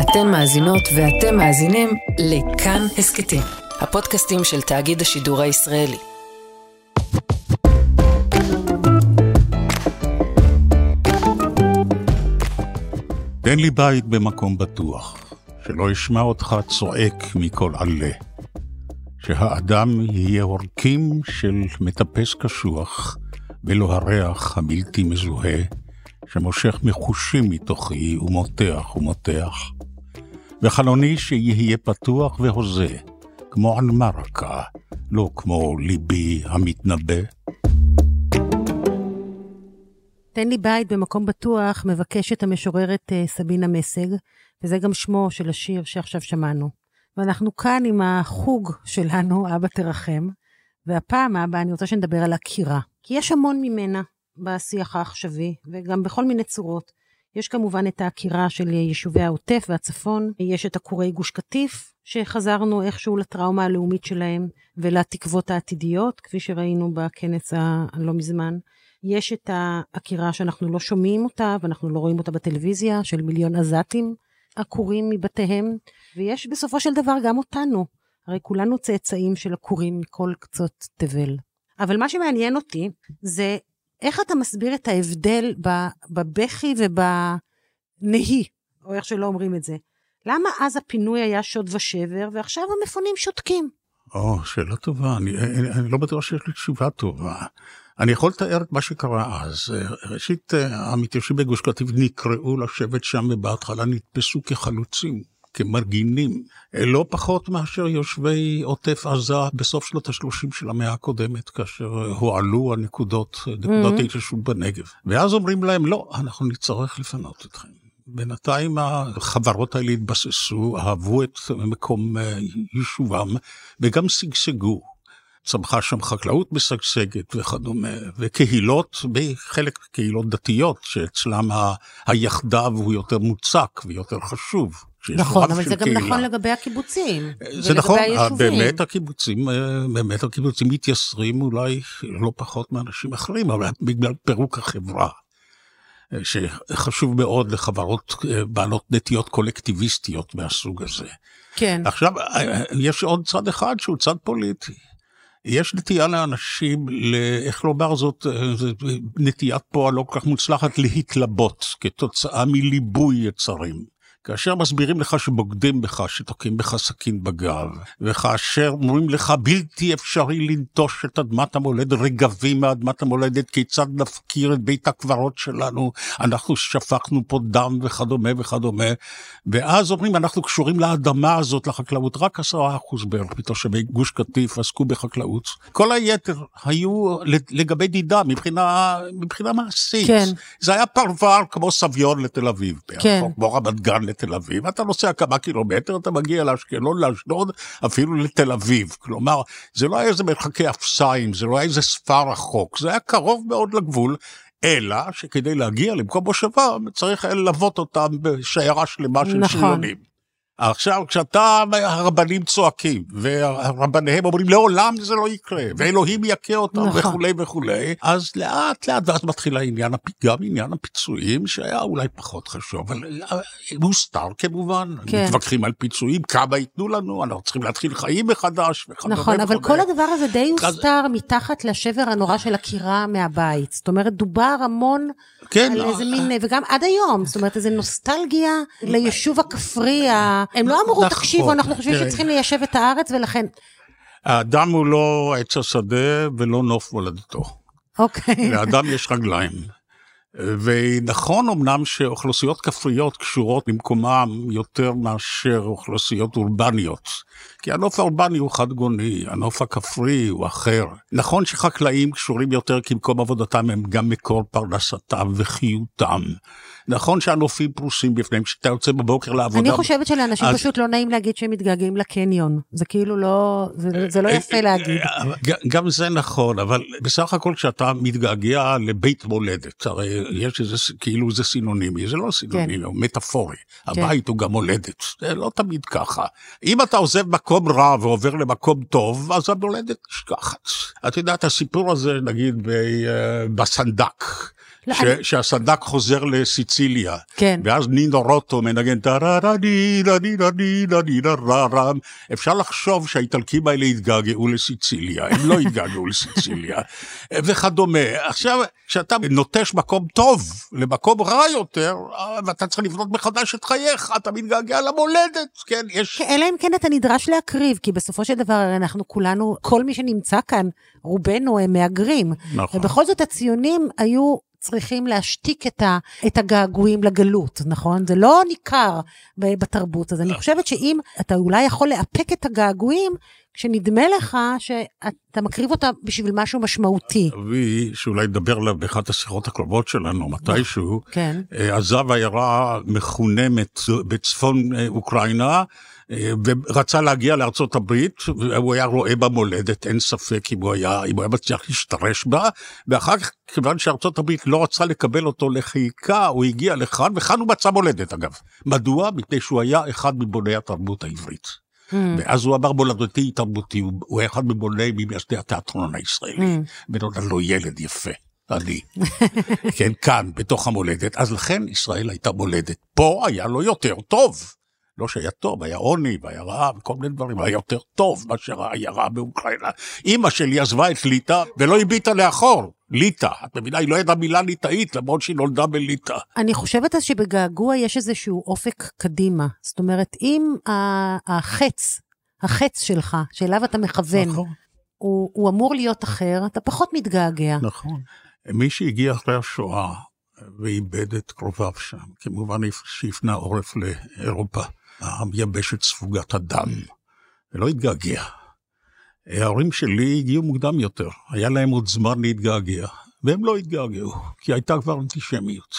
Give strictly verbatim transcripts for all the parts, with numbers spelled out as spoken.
אתן מאזינות ואתם מאזינים לכאן הסקטים, הפודקאסטים של תאגיד השידור הישראלי. תן לי בית במקום בטוח, שלא ישמע אותך צועק מכל עלה. שהאדם יהיה הורקים של מטפס קשוח, ולא הריח הבלתי מזוהה, שמושך מחושים מתוכי ומותח ומותח. וחלוני שיהיה פתוח והוזה, כמו ענמה רכה, לא כמו ליבי המתנבא. תן לי בית במקום בטוח, מבקשת המשוררת סבינה מסג, וזה גם שמו של השיר שעכשיו שמענו. ואנחנו כאן עם החוג שלנו, אבא תרחם, והפעם הבאה אני רוצה שנדבר על הקירה, כי יש המון ממנה בשיח העכשווי, וגם בכל מיני צורות. יש כמובן את הקירה של יישובי העוטף והצפון, יש את עקורי גוש קטיף, שחזרנו איכשהו לטראומה הלאומית שלהם, ולתקוות העתידיות, כפי שראינו בכנס הלא מזמן. יש את הקירה שאנחנו לא שומעים אותה, ואנחנו לא רואים אותה בטלוויזיה, של מיליון עזתים, עקורים מבתיהם, ויש בסופו של דבר גם אותנו. הרי כולנו צאצאים של עקורים מכל קצות תבל. אבל מה שמעניין אותי, זה איך אתה מסביר את ההבדל בבכי ובנהי, או איך שלא אומרים את זה. למה אז הפינוי היה שוד ושבר, ועכשיו המפונים שותקים? או, שאלה טובה, אני, אני, אני לא בטוח שיש לי תשובה טובה. אני יכול לתאר את מה שקרה אז. ראשית, המתיישבים בגוש קטיף נקראו לשבת שם, ובהתחלה נתפסו כחלוצים, כמרגינים, לא פחות מאשר יושבי עוטף עזה בסוף שנות ה-שלושים של המאה הקודמת, כאשר הועלו הנקודות, נקודות ההתיישבות בנגב. ואז אומרים להם, לא, אנחנו נצטרך לפנות אתכם. בינתיים החברות האלה התבססו, אהבו את מקום יישובם, וגם שגשגו. צמחה שם חקלאות משגשגת וכדומה, וקהילות, בחלק קהילות דתיות, שאצלם ה- היחדיו הוא יותר מוצק ויותר חשוב. נכון, אבל זה גם קהילה. נכון לגבי הקיבוצים. זה נכון, באמת הקיבוצים, באמת הקיבוצים מתייסרים אולי לא פחות מאנשים אחרים, אבל בגלל פירוק החברה, שחשוב מאוד לחברות בעלות נטיות קולקטיביסטיות מהסוג הזה. כן. עכשיו, יש עוד צד אחד שהוא צד פוליטי. יש נטייה לאנשים, איך לומר זאת, נטיית פועל לא כל כך מוצלחת להתלבות, כתוצאה מליבוי יצרים. כאשר מסבירים לך שבוגדים בך, שתוקעים בך סכין בגב, וכאשר אומרים לך בלתי אפשרי לנטוש את אדמת המולדת, רגבים מאדמת המולדת, כיצד נפקיר את בית הקברות שלנו, אנחנו שפכנו פה דם וכדומה וכדומה, ואז אומרים אנחנו קשורים לאדמה הזאת, לחקלאות, רק עשרה אחוז בערך מתושבי גוש קטיף עסקו בחקלאות, כל היתר היו לגבי דידה, מבחינה, מבחינה מעשית. כן. זה היה פרבר כמו סביון לתל אביב, כן. כמו רמת גן לתל אביב, אתה נוסע כמה קילומטר, אתה מגיע לאשקלון, לאשדוד, אפילו לתל אביב, כלומר, זה לא היה איזה מרחקי אפסיים, זה לא היה איזה ספר רחוק, זה היה קרוב מאוד לגבול, אלא שכדי להגיע למקום מושבה, צריך ללוות אותם בשיירה שלמה של נכון. שריונים. עכשיו, כשאתה, הרבנים צועקים, והרבניהם אומרים, לעולם זה לא יקרה, ואלוהים יקה אותם, נכון. וכולי וכולי, אז לאט לאט, ואז מתחיל העניין, גם עניין הפיצויים, שהיה אולי פחות חשוב, אבל מוסתר כמובן, כן. מתווכחים על פיצויים, כמה ייתנו לנו, אנחנו צריכים להתחיל חיים מחדש, וכדומה נכון, וכדומה. אבל כל הדבר הזה די אז... הוסתר מתחת לשבר הנורא של הקירה מהבית, זאת אומרת, דובר המון כן, על איזה מין, וגם עד היום, זאת אומרת, איזה נוסטלגיה ליישוב הכפרי, הם לא אמרו, נכון, תקשיבו, אנחנו חושבים תראה. שצריכים ליישב את הארץ, ולכן... האדם הוא לא עץ השדה ולא נוף מולדתו. אוקיי. לאדם יש רגליים. ונכון אמנם שאוכלוסיות כפריות קשורות למקומם יותר מאשר אוכלוסיות אורבניות. כי הנוף האורבני הוא חד גוני, הנוף הכפרי הוא אחר. נכון שחקלאים קשורים יותר כי מקום עבודתם הם גם מקור פרנסתם וחיותם. נכון שהנופים פרוסים בפניהם, כשאתה יוצא בבוקר לעבודה... אני חושבת שלאנשים אז... פשוט לא נעים להגיד שהם מתגעגעים לקניון. זה כאילו לא... זה, זה לא יפה להגיד. גם זה נכון, אבל בסך הכל כשאתה מתגעגע לבית מולדת, הרי יש איזה, כאילו זה סינונימי, זה לא סינונימי, הוא מטאפורי. הבית הוא גם מולדת, זה לא תמיד ככה. אם אתה עוזב מקום רע ועובר למקום טוב, אז המולדת נשכחת. את יודעת, הסיפור הזה, נגיד, בסנדק, ש- שהסנדק חוזר לסיציליה, לסיציליה. כן. ואז נינו רוטו מנגן, אפשר לחשוב שהאיטלקים האלה התגעגעו לסיציליה, הם לא התגעגעו לסיציליה, וכדומה. עכשיו, כשאתה נוטש מקום טוב למקום רע יותר, ואתה צריך לבנות מחדש את חייך, אתה מתגעגע למולדת, כן, יש... אלא אם כן אתה נדרש להקריב, כי בסופו של דבר אנחנו כולנו, כל מי שנמצא כאן, רובנו הם מאגרים. נכון. ובכל זאת הציונים היו צריכים להשתיק את, ה, את הגעגועים לגלות, נכון? זה לא ניכר בתרבות. אז אני חושבת שאם אתה אולי יכול לאפק את הגעגועים, כשנדמה לך שאתה מקריב אותה בשביל משהו משמעותי. אבי, שאולי נדבר לה באחת השיחות הקרובות שלנו, מתישהו, כן. עזב עיירה מחונמת בצפון אוקראינה, ורצה להגיע לארצות הברית, הוא היה רואה במולדת, אין ספק אם הוא היה, אם הוא היה מצליח להשתרש בה, ואחר כך, כיוון שארצות הברית לא רצה לקבל אותו לחיקה, הוא הגיע לכאן, וכאן הוא מצא מולדת אגב. מדוע? מפני שהוא היה אחד מבוני התרבות העברית. Mm. ואז הוא אמר מולדתי תרבותי, הוא, הוא היה אחד מבוני ממייסדי התיאטרון הישראלי, mm. ונולד לו ילד יפה. אני, כן, כאן, בתוך המולדת, אז לכן ישראל הייתה מולדת. פה היה לו יותר טוב. לא שהיה טוב, היה עוני, והיה רעב, וכל מיני דברים, היה יותר טוב מאשר היה רע באוקראינה. אמא שלי עזבה את ליטא, ולא הביטה לאחור. ליטא, את מבינה, היא לא ידעה מילה ליטאית, למרות שהיא נולדה בליטא. אני חושבת אז שבגעגוע יש איזשהו אופק קדימה. זאת אומרת, אם החץ, החץ שלך, שאליו אתה מכוון, נכון. הוא, הוא אמור להיות אחר, אתה פחות מתגעגע. נכון. מי שהגיע אחרי השואה, ואיבד את קרוביו שם, כמובן שהפנה עורף לאירופה, המייבשת ספוגת הדם, ולא התגעגע. ההורים שלי הגיעו מוקדם יותר, היה להם עוד זמן להתגעגע, והם לא התגעגעו, כי הייתה כבר אנטישמיות.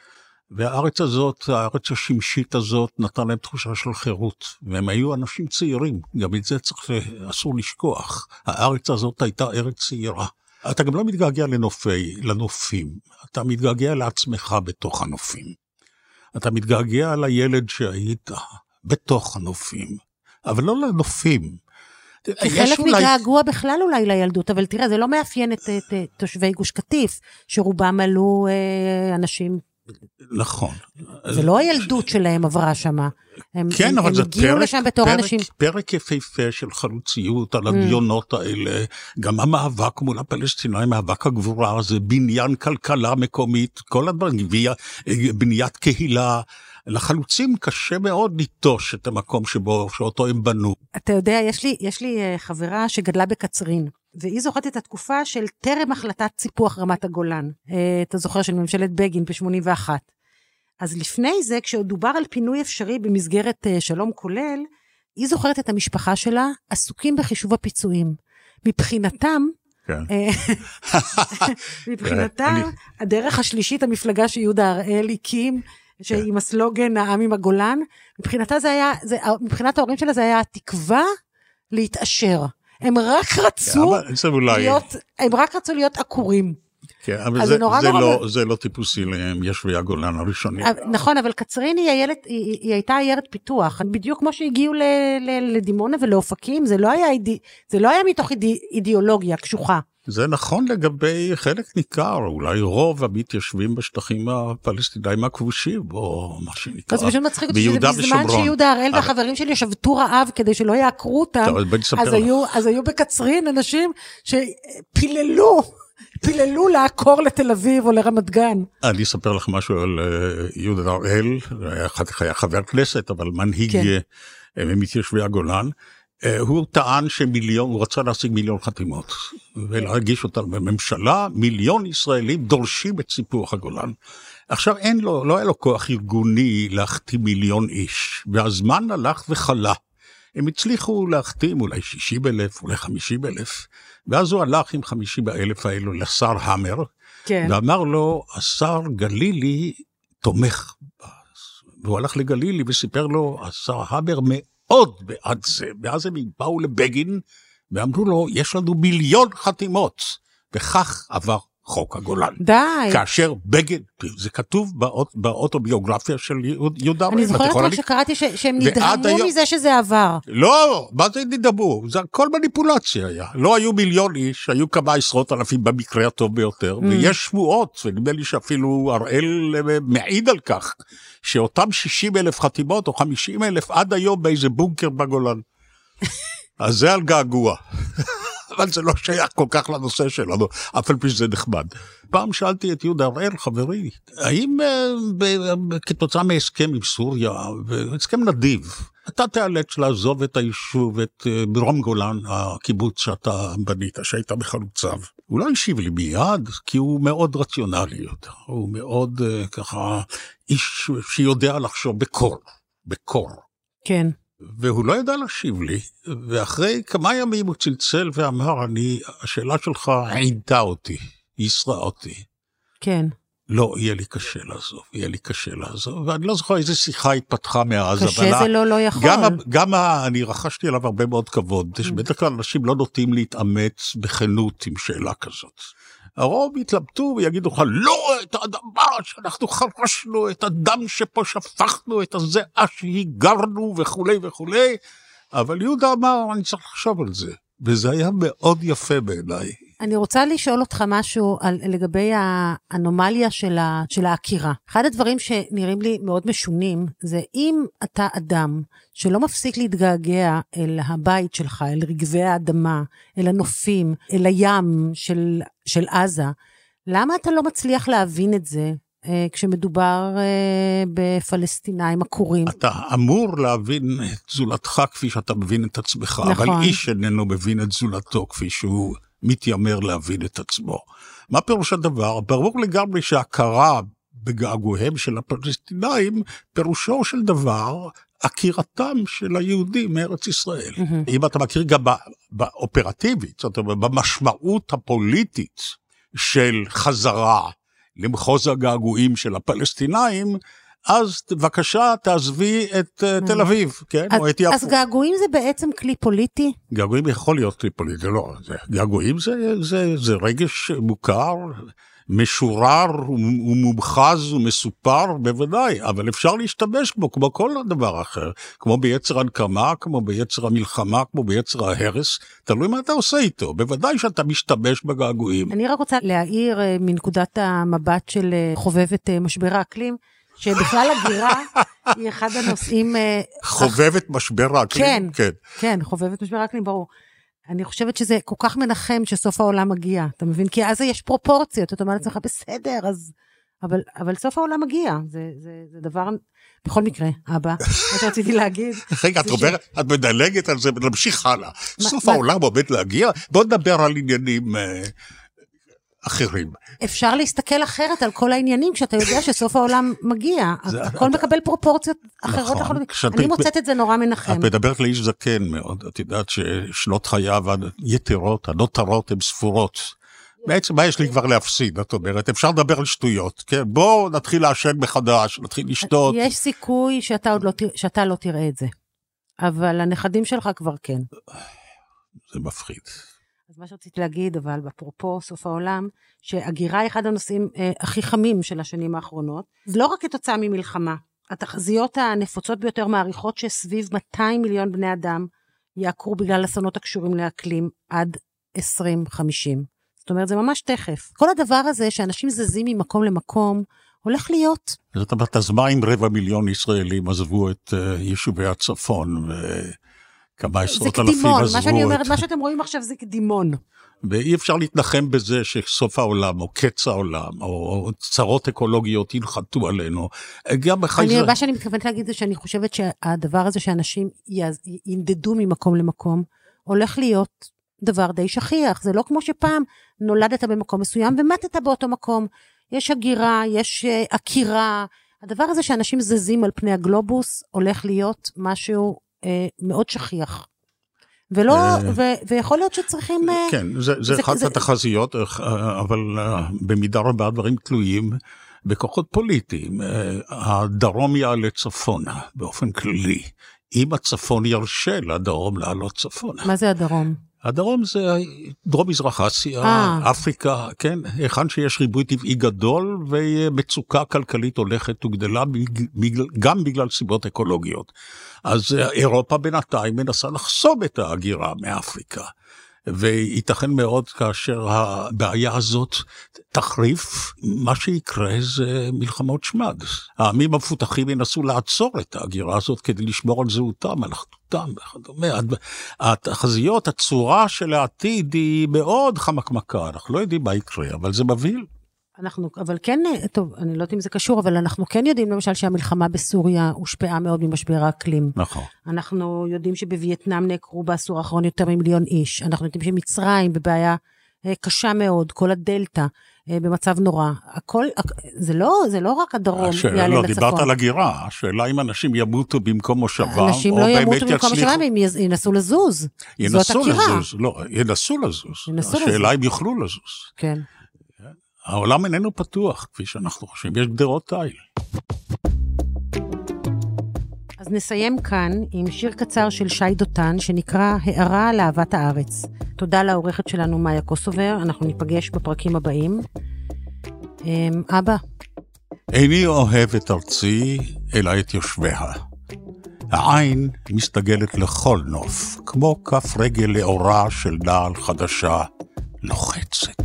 והארץ הזאת, הארץ השמשית הזאת, נתן להם תחושה של חירות, והם היו אנשים צעירים, גם את זה צריך, אסור לשכוח. הארץ הזאת הייתה ארץ צעירה. אתה גם לא מתגעגע לנופי, לנופים, אתה מתגעגע לעצמך בתוך הנופים. אתה מתגעגע לילד שהיית בתוך הנופים, אבל לא לנופים. חלק אולי... מגעגוע בכלל אולי לילדות, אבל תראה, זה לא מאפיין את, את, את תושבי גוש קטיף, שרובם עלו אה, אנשים... נכון. זה לא הילדות שלהם עברה שמה. הם, כן, הם, אבל הם זה הגיעו פרק, לשם בתור פרק, אנשים... פרק יפהפה של חלוציות על הדיונות האלה, גם המאבק מול הפלסטינאים, מאבק הגבורה הזה, בניין כלכלה מקומית, כל הדברים, בניית קהילה, לחלוצים קשה מאוד לטוש את המקום שבו, שאותו הם בנו. אתה יודע, יש לי, יש לי חברה שגדלה בקצרין, והיא זוכרת את התקופה של טרם החלטת סיפוח רמת הגולן. אתה זוכר של ממשלת בגין ב-שמונים ואחת. אז לפני זה, כשעוד דובר על פינוי אפשרי במסגרת שלום כולל, היא זוכרת את המשפחה שלה, עסוקים בחישוב הפיצויים. מבחינתם, כן. מבחינתם, הדרך השלישית, המפלגה שיהודה הראל הקים, שעם הסלוגן העם עם הגולן, מבחינתה זה היה, זה, מבחינת ההורים שלה זה היה התקווה להתעשר. הם רק רצו להיות, הם רק רצו להיות עקורים. כן, אבל זה, זה, לא, זה לא טיפוסי להם, ישבי הגולן הראשונים. נכון, אבל קצרין היא, הילד, היא, היא הייתה עיירת פיתוח, בדיוק כמו שהגיעו ל, ל, לדימונה ולאופקים, זה לא היה, זה לא היה מתוך אידי, אידיאולוגיה קשוחה. זה נכון לגבי חלק ניכר, אולי רוב המתיישבים בשטחים הפלסטינאים הכבושים, או מה שנקרא, אז פשוט מצחיק אותי שזה בזמן שיהודה הראל והחברים שלי שבתו רעב כדי שלא יעקרו אותם, אז היו, אז היו בקצרין אנשים שפיללו, פיללו לעקור לתל אביב או לרמת גן. אני אספר לך משהו על יהודה הראל, אחר כך היה חבר כנסת, אבל מנהיג מתיישבי הגולן, הוא טען שמיליון, הוא רצה להשיג מיליון חתימות, ולהגיש אותם בממשלה, מיליון ישראלים דורשים את סיפוח הגולן. עכשיו אין לו, לא היה לו כוח ארגוני להחתים מיליון איש, והזמן הלך וחלה. הם הצליחו להחתים אולי שישים אלף, אולי חמישים אלף, ואז הוא הלך עם חמישים אלף האלו לשר המר, כן. ואמר לו, השר גלילי תומך, והוא הלך לגלילי וסיפר לו, השר המר מאוד בעד זה, ואז הם באו לבגין, ואמרו לו, יש לנו מיליון חתימות, וכך עבר חוק הגולן. די. כאשר בגין, זה כתוב באות, באוטוביוגרפיה של יהודה הראל. אני זוכרת רק שקראתי ש, שהם נדהמו היום... מזה שזה עבר. לא, מה זה נדהמו? זה הכל מניפולציה היה. לא היו מיליון איש, היו כמה עשרות אלפים במקרה הטוב ביותר, mm. ויש שמועות, ונדמה לי שאפילו הראל מעיד על כך, שאותם שישים אלף חתימות או חמישים אלף עד היום באיזה בונקר בגולן. אז זה על געגוע. אבל זה לא שייך כל כך לנושא שלנו, אף על פי שזה נחמד. פעם שאלתי את יהודה הראל, חברי, האם כתוצאה מהסכם עם סוריה, הסכם נדיב, אתה תיאלץ לעזוב את היישוב, את ברום גולן, הקיבוץ שאתה בנית, שהיית בחלוציו? הוא לא השיב לי מיד, כי הוא מאוד רציונלי יותר. הוא מאוד ככה, איש שיודע לחשוב בקור, בקור. כן. והוא לא ידע להשיב לי, ואחרי כמה ימים הוא צלצל ואמר, אני, השאלה שלך עינתה אותי, ישרה אותי. כן. לא, יהיה לי קשה לעזוב, יהיה לי קשה לעזוב, ואני לא זוכר איזה שיחה התפתחה מאז. קשה זה לא, לא יכול. גם, גם אני רכשתי עליו הרבה מאוד כבוד, שבדרך כלל אנשים לא נוטים להתאמץ בכנות עם שאלה כזאת. הרוב יתלבטו ויגידו לך, לא, את האדמה שאנחנו חרשנו, את הדם שפה שפכנו, את הזיעה שהיגרנו וכו' וכו', אבל יהודה אמר, אני צריך לחשוב על זה, וזה היה מאוד יפה בעיניי. אני רוצה לשאול אותך משהו על, לגבי האנומליה של, ה, של ההכירה. אחד הדברים שנראים לי מאוד משונים, זה אם אתה אדם שלא מפסיק להתגעגע אל הבית שלך, אל רגבי האדמה, אל הנופים, אל הים של, של עזה, למה אתה לא מצליח להבין את זה אה, כשמדובר אה, בפלסטינאים עקורים? אתה אמור להבין את זולתך כפי שאתה מבין את עצמך, נכון. אבל איש איננו מבין את זולתו כפי שהוא מתיימר להבין את עצמו. מה פירוש הדבר? ברור לגמרי שההכרה בגעגוהם של הפלסטינאים, פירושו של דבר, הכירתם של היהודים מארץ ישראל. Mm-hmm. אם אתה מכיר גם באופרטיבית, זאת אומרת, במשמעות הפוליטית של חזרה למחוז הגעגועים של הפלסטינאים, אז בבקשה תעזבי את uh, תל אביב, כן? אז, או את יפו. אז געגועים זה בעצם כלי פוליטי? געגועים יכול להיות כלי פוליטי, לא. זה, געגועים זה, זה, זה רגש מוכר, משורר ומומחז ומסופר, בוודאי, אבל אפשר להשתמש בו כמו כל דבר אחר, כמו ביצר הנקמה, כמו ביצר המלחמה, כמו ביצר ההרס, תלוי מה אתה עושה איתו, בוודאי שאתה משתמש בגעגועים. אני רק רוצה להעיר מנקודת המבט של חובבת משבר האקלים, שבכלל הגירה היא אחד הנושאים... חובבת משבר האקלים? כן, כן, כן, חובבת משבר האקלים, ברור. אני חושבת שזה כל כך מנחם שסוף העולם מגיע, אתה מבין? כי אז יש פרופורציות, אתה אומר לעצמך, בסדר, אז... אבל, אבל סוף העולם מגיע, זה, זה, זה דבר... בכל מקרה, אבא, מה שרציתי להגיד... רגע, את אומרת, את מדלגת על זה, ונמשיך הלאה. סוף העולם עומד להגיע, בוא נדבר על עניינים... אחרים. אפשר להסתכל אחרת על כל העניינים, כשאתה יודע שסוף העולם מגיע, הכל מקבל פרופורציות אחרות. אני מוצאת את זה נורא מנחם. את מדברת לאיש זקן מאוד, את יודעת ששנות חייו היתרות, הנותרות, הן ספורות. בעצם מה יש לי כבר להפסיד, את אומרת, אפשר לדבר על שטויות, כן? בואו נתחיל לעשן מחדש, נתחיל לשתות. יש סיכוי שאתה לא תראה את זה, אבל הנכדים שלך כבר כן. זה מפחיד. אז מה שרציתי להגיד, אבל בפרופו סוף העולם, שהגירה היא אחד הנושאים אה, הכי חמים של השנים האחרונות, זה לא רק כתוצאה ממלחמה, התחזיות הנפוצות ביותר מעריכות שסביב מאתיים מיליון בני אדם יעקרו בגלל אסונות הקשורים לאקלים עד עשרים חמישים. זאת אומרת, זה ממש תכף. כל הדבר הזה שאנשים זזים ממקום למקום, הולך להיות. זאת אומרת, אז מה אם רבע מיליון ישראלים עזבו את uh, יישובי הצפון ו... כמה עשרות אלפים עזבו. מה שאני אומרת, מה שאתם רואים עכשיו זה קדימון. ואי אפשר להתנחם בזה שסוף העולם, או קץ העולם, או צרות אקולוגיות ינחתו עלינו. גם בחייזה... מה שאני מתכוונת להגיד זה שאני חושבת שהדבר הזה שאנשים ינדדו ממקום למקום, הולך להיות דבר די שכיח. זה לא כמו שפעם נולדת במקום מסוים ומתת באותו מקום. יש הגירה, יש עקירה. הדבר הזה שאנשים זזים על פני הגלובוס, הולך להיות משהו... מאוד שכיח. ולא, ויכול להיות שצריכים... כן, זה אחת התחזיות, אבל במידה רבה דברים תלויים בכוחות פוליטיים. הדרום יעלה צפונה, באופן כללי. אם הצפון ירשה לדרום לעלות צפונה. מה זה הדרום? הדרום זה דרום מזרח אסיה, אפריקה, כן, היכן שיש ריבוי טבעי גדול ומצוקה כלכלית הולכת וגדלה גם בגלל סיבות אקולוגיות. אז אירופה בינתיים מנסה לחסום את ההגירה מאפריקה, וייתכן מאוד כאשר הבעיה הזאת תחריף, מה שיקרה זה מלחמות שמד. העמים המפותחים ינסו לעצור את ההגירה הזאת כדי לשמור על זהותם, על אחדותם וכדומה. התחזיות, הצורה של העתיד היא מאוד חמקמקה, אנחנו לא יודעים מה יקרה, אבל זה מבהיל. אנחנו, אבל כן, טוב, אני לא יודעת אם זה קשור, אבל אנחנו כן יודעים למשל שהמלחמה בסוריה הושפעה מאוד ממשבר האקלים. נכון. אנחנו יודעים שבווייטנאם נעקרו בעשור האחרון יותר ממיליון איש. אנחנו יודעים שמצרים בבעיה קשה מאוד, כל הדלטה במצב נורא. הכל, זה לא, זה לא רק הדרום השאלה, יעלה לא, לצפון. דיברת על הגירה, השאלה אם אנשים ימותו במקום מושבם, אנשים לא ימותו במקום מושבם, הם ינסו לזוז. ינסו לזוז, לא, ינסו לזוז. השאלה אם יוכלו לזוז. כן. העולם איננו פתוח, כפי שאנחנו חושבים, יש גדרות תיל. אז נסיים כאן עם שיר קצר של שי דותן, שנקרא הערה על אהבת הארץ. תודה לעורכת שלנו מאיה קוסובר, אנחנו ניפגש בפרקים הבאים. אבא. איני אוהב את ארצי, אלא את יושביה. העין מסתגלת לכל נוף, כמו כף רגל לאורה של נעל חדשה, לוחצת.